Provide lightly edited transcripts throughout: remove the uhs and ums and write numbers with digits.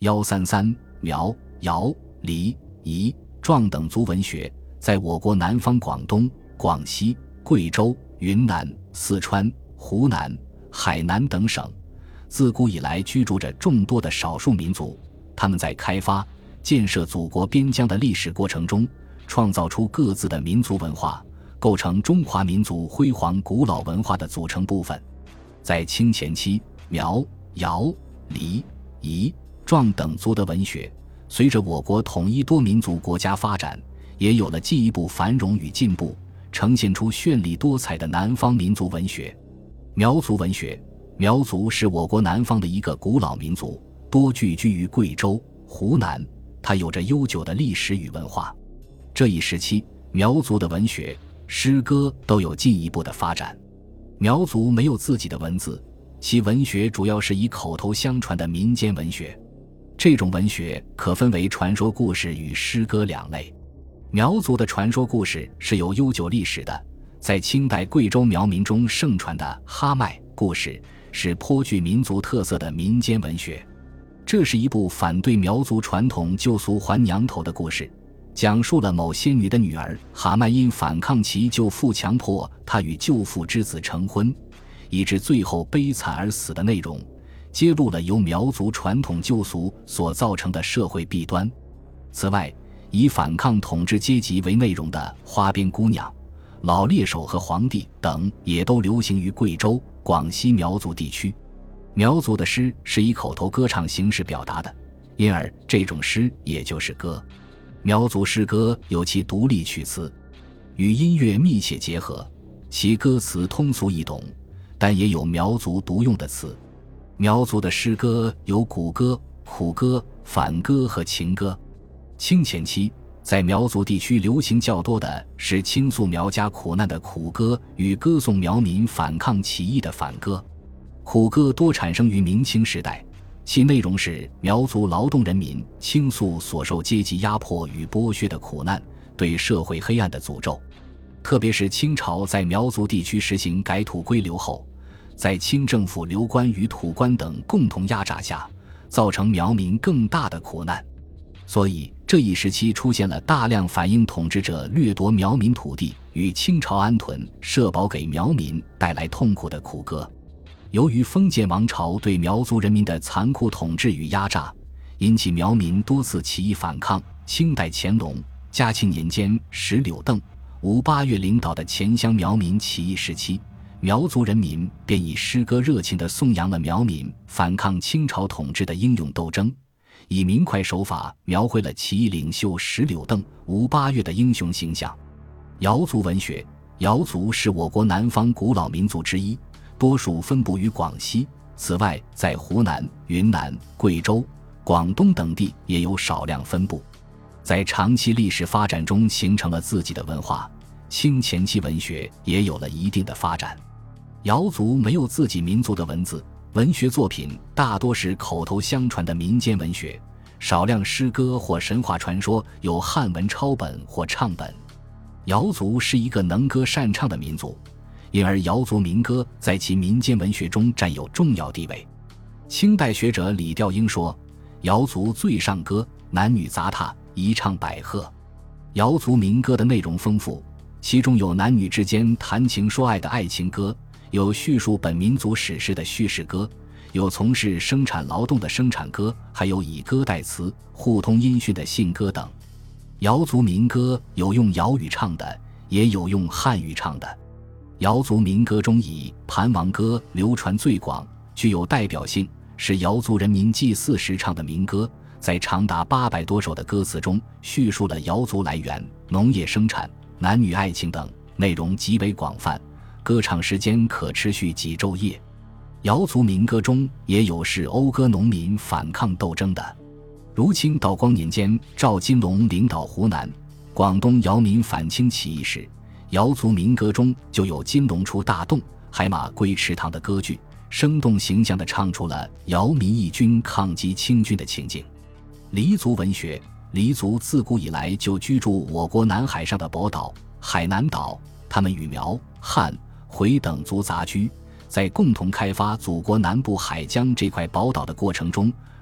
133苗、瑶、黎、彝、壮等族文学在我国南方广东、广西、贵州、云南、四川、湖南、海南等省，自古以来居住着众多的少数民族，他们在开发、建设祖国边疆的历史过程中，创造出各自的民族文化，构成中华民族辉煌古老文化的组成部分。在清前期，苗、瑶、黎、彝、壮等族的文学随着我国统一多民族国家发展，也有了进一步繁荣与进步，呈现出绚丽多彩的南方民族文学。苗族文学，苗族是我国南方的一个古老民族，多聚居于贵州、湖南，它有着悠久的历史与文化。这一时期，苗族的文学、诗歌都有进一步的发展。苗族没有自己的文字，其文学主要是以口头相传的民间文学。这种文学可分为传说故事与诗歌两类。苗族的传说故事是有悠久历史的，在清代贵州苗民中盛传的哈麦故事是颇具民族特色的民间文学。这是一部反对苗族传统旧俗还娘头的故事，讲述了某仙女的女儿哈麦因反抗其舅父强迫她与舅父之子成婚，以致最后悲惨而死的内容，揭露了由苗族传统旧俗所造成的社会弊端。此外，以反抗统治阶级为内容的花边姑娘、老猎手和皇帝等也都流行于贵州、广西苗族地区。苗族的诗是以口头歌唱形式表达的，因而这种诗也就是歌。苗族诗歌有其独立曲词，与音乐密切结合，其歌词通俗易懂，但也有苗族独用的词。苗族的诗歌有古歌、苦歌、反歌和情歌。清前期，在苗族地区流行较多的是倾诉苗家苦难的苦歌与歌颂苗民反抗起义的反歌。苦歌多产生于明清时代，其内容是苗族劳动人民倾诉所受阶级压迫与剥削的苦难，对社会黑暗的诅咒。特别是清朝在苗族地区实行改土归流后，在清政府流官与土官等共同压榨下，造成苗民更大的苦难。所以这一时期出现了大量反映统治者掠夺苗民土地与清朝安屯社保给苗民带来痛苦的苦歌。由于封建王朝对苗族人民的残酷统治与压榨，引起苗民多次起义反抗。清代乾隆、嘉庆年间石榴邓、吴八月领导的黔湘苗民起义时期，苗族人民便以诗歌热情地颂扬了苗民反抗清朝统治的英勇斗争，以明快手法描绘了起义领袖石榴邓、吴八月的英雄形象。瑶族文学，瑶族是我国南方古老民族之一，多数分布于广西，此外在湖南、云南、贵州、广东等地也有少量分布。在长期历史发展中形成了自己的文化，清前期文学也有了一定的发展。瑶族没有自己民族的文字，文学作品大多是口头相传的民间文学，少量诗歌或神话传说有汉文抄本或唱本。瑶族是一个能歌善唱的民族，因而瑶族民歌在其民间文学中占有重要地位。清代学者李调英说，瑶族最上歌，男女杂沓，一唱百和。瑶族民歌的内容丰富，其中有男女之间谈情说爱的爱情歌，有叙述本民族史事的叙事歌，有从事生产劳动的生产歌，还有以歌代词、互通音讯的信歌等。瑶族民歌有用瑶语唱的，也有用汉语唱的。瑶族民歌中以盘王歌流传最广，具有代表性，是瑶族人民祭祀时唱的民歌，在长达800多首的歌词中叙述了瑶族来源、农业生产、男女爱情等，内容极为广泛，歌唱时间可持续几昼夜。瑶族民歌中也有是讴歌农民反抗斗争的，如清道光年间赵金龙领导湖南、广东瑶民反清起义时，瑶族民歌中就有金龙出大洞、海马归池塘的歌剧，生动形象地唱出了瑶民义军抗击清军的情景。黎族文学，黎族自古以来就居住我国南海上的宝岛海南岛，他们与苗、汉、回等族杂居，在共同开发祖国南部海疆这块宝岛的过程中，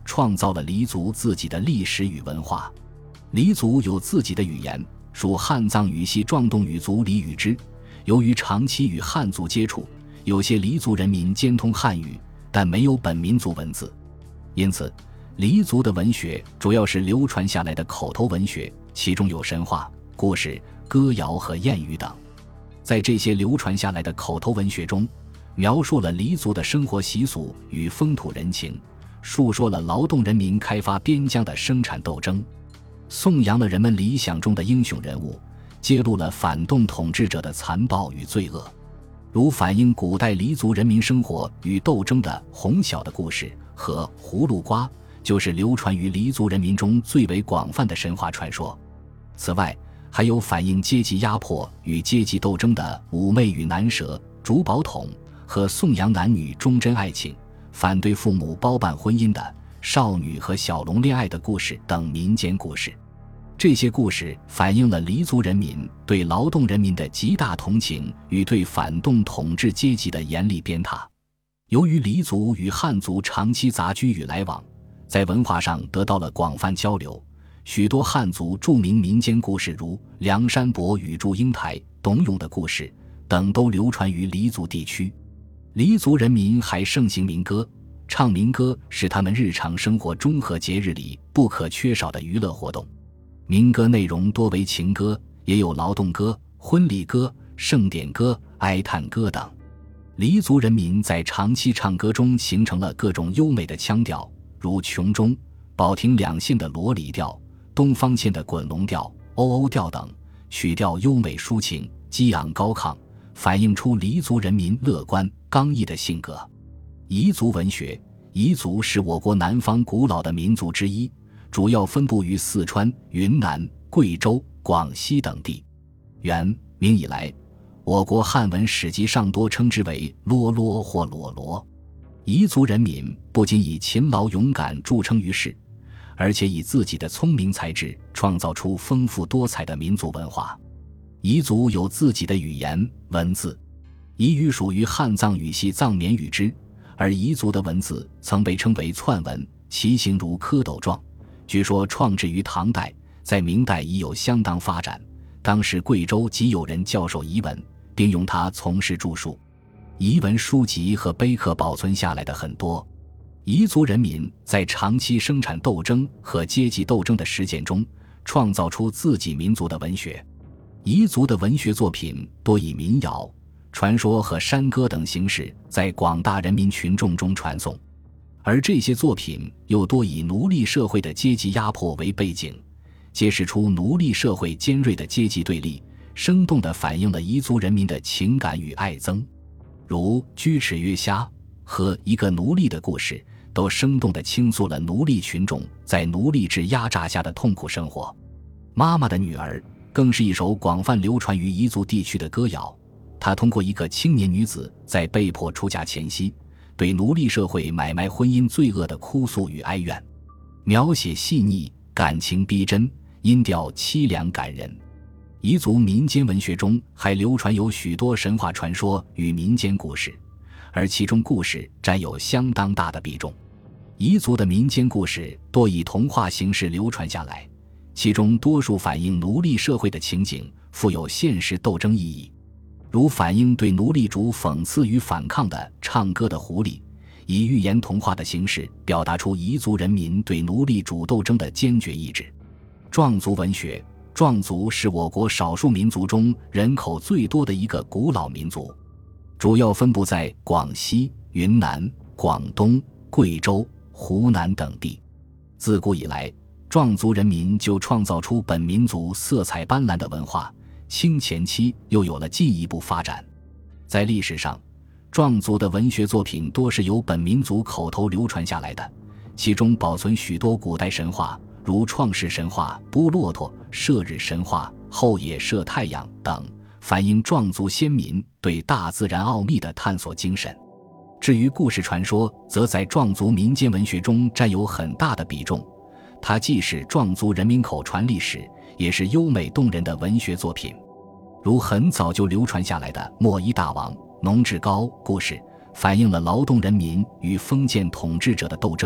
创造了黎族自己的历史与文化。黎族有自己的语言，属汉藏语系壮动语族黎语支。由于长期与汉族接触，有些黎族人民兼通汉语，但没有本民族文字，因此黎族的文学主要是流传下来的口头文学，其中有神话、故事、歌谣和谚语等。在这些流传下来的口头文学中，描述了黎族的生活习俗与风土人情，述说了劳动人民开发边疆的生产斗争，颂扬了人们理想中的英雄人物，揭露了反动统治者的残暴与罪恶。如反映古代黎族人民生活与斗争的红小的故事和葫芦瓜，就是流传于黎族人民中最为广泛的神话传说。此外，还有反映阶级压迫与阶级斗争的妩媚与难舍、竹宝筒和颂扬男女忠贞爱情、反对父母包办婚姻的少女和小龙恋爱的故事等民间故事。这些故事反映了黎族人民对劳动人民的极大同情与对反动统治阶级的严厉鞭挞。由于黎族与汉族长期杂居与来往，在文化上得到了广泛交流，许多汉族著名民间故事如梁山伯与祝英台、董永的故事等都流传于黎族地区。黎族人民还盛行民歌，唱民歌是他们日常生活中和节日里不可缺少的娱乐活动。民歌内容多为情歌，也有劳动歌、婚礼歌、盛典歌、哀叹歌等。黎族人民在长期唱歌中形成了各种优美的腔调，如琼中、保亭两县的罗里调、东方堑的滚龙调、欧欧调等，曲调优美抒情，激昂高亢，反映出黎族人民乐观刚毅的性格。彝族文学，彝族是我国南方古老的民族之一，主要分布于四川、云南、贵州、广西等地。元、明以来，我国汉文史籍上多称之为啰啰或裸罗。彝族人民不仅以勤劳勇敢著称于世，而且以自己的聪明才智创造出丰富多彩的民族文化。彝族有自己的语言、文字，彝语属于汉藏语系藏缅语支，而彝族的文字曾被称为串文，其形如蝌蚪状，据说创制于唐代，在明代已有相当发展。当时贵州即有人教授彝文，并用它从事著述。彝文书籍和碑刻保存下来的很多。彝族人民在长期生产斗争和阶级斗争的实践中，创造出自己民族的文学。彝族的文学作品多以民谣、传说和山歌等形式在广大人民群众中传颂，而这些作品又多以奴隶社会的阶级压迫为背景，揭示出奴隶社会尖锐的阶级对立，生动地反映了彝族人民的情感与爱憎。如《居尺月虾》和《一个奴隶的故事》都生动地倾诉了奴隶群众在奴隶制压榨下的痛苦生活。妈妈的女儿更是一首广泛流传于彝族地区的歌谣，它通过一个青年女子在被迫出嫁前夕，对奴隶社会买卖婚姻罪恶的哭诉与哀怨，描写细腻，感情逼真，音调凄凉感人。彝族民间文学中还流传有许多神话传说与民间故事，而其中故事占有相当大的比重。彝族的民间故事多以童话形式流传下来，其中多数反映奴隶社会的情景，富有现实斗争意义。如反映对奴隶主讽刺与反抗的唱歌的狐狸，以寓言童话的形式表达出彝族人民对奴隶主斗争的坚决意志。壮族文学，壮族是我国少数民族中人口最多的一个古老民族，主要分布在广西、云南、广东、贵州、湖南等地。自古以来，壮族人民就创造出本民族色彩斑斓的文化，清前期又有了进一步发展。在历史上，壮族的文学作品多是由本民族口头流传下来的，其中保存许多古代神话，如创世神话、布骆驼、射日神话、后羿射太阳等，反映壮族先民对大自然奥秘的探索精神。至于故事传说，则在壮族民间文学中占有很大的比重，它既是壮族人民口传历史，也是优美动人的文学作品。如很早就流传下来的莫伊大王、农志高故事，反映了劳动人民与封建统治者的斗争，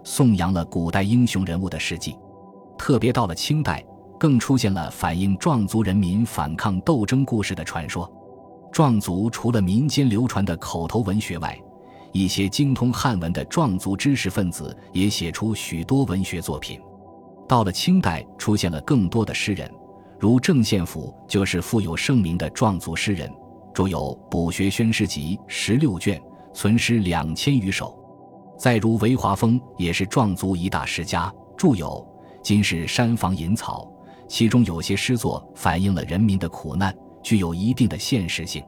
颂扬了古代英雄人物的事迹。特别到了清代，更出现了反映壮族人民反抗斗争故事的传说。壮族除了民间流传的口头文学外，一些精通汉文的壮族知识分子也写出许多文学作品。到了清代，出现了更多的诗人，如郑献甫就是富有盛名的壮族诗人，著有《补学宣诗集》16卷，存诗2000余首。再如韦华峰也是壮族一大诗家，著有《今是山房引草》，其中有些诗作反映了人民的苦难，具有一定的现实性。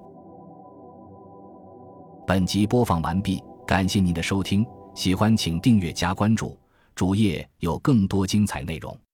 本集播放完毕，感谢您的收听，喜欢请订阅加关注，主页有更多精彩内容。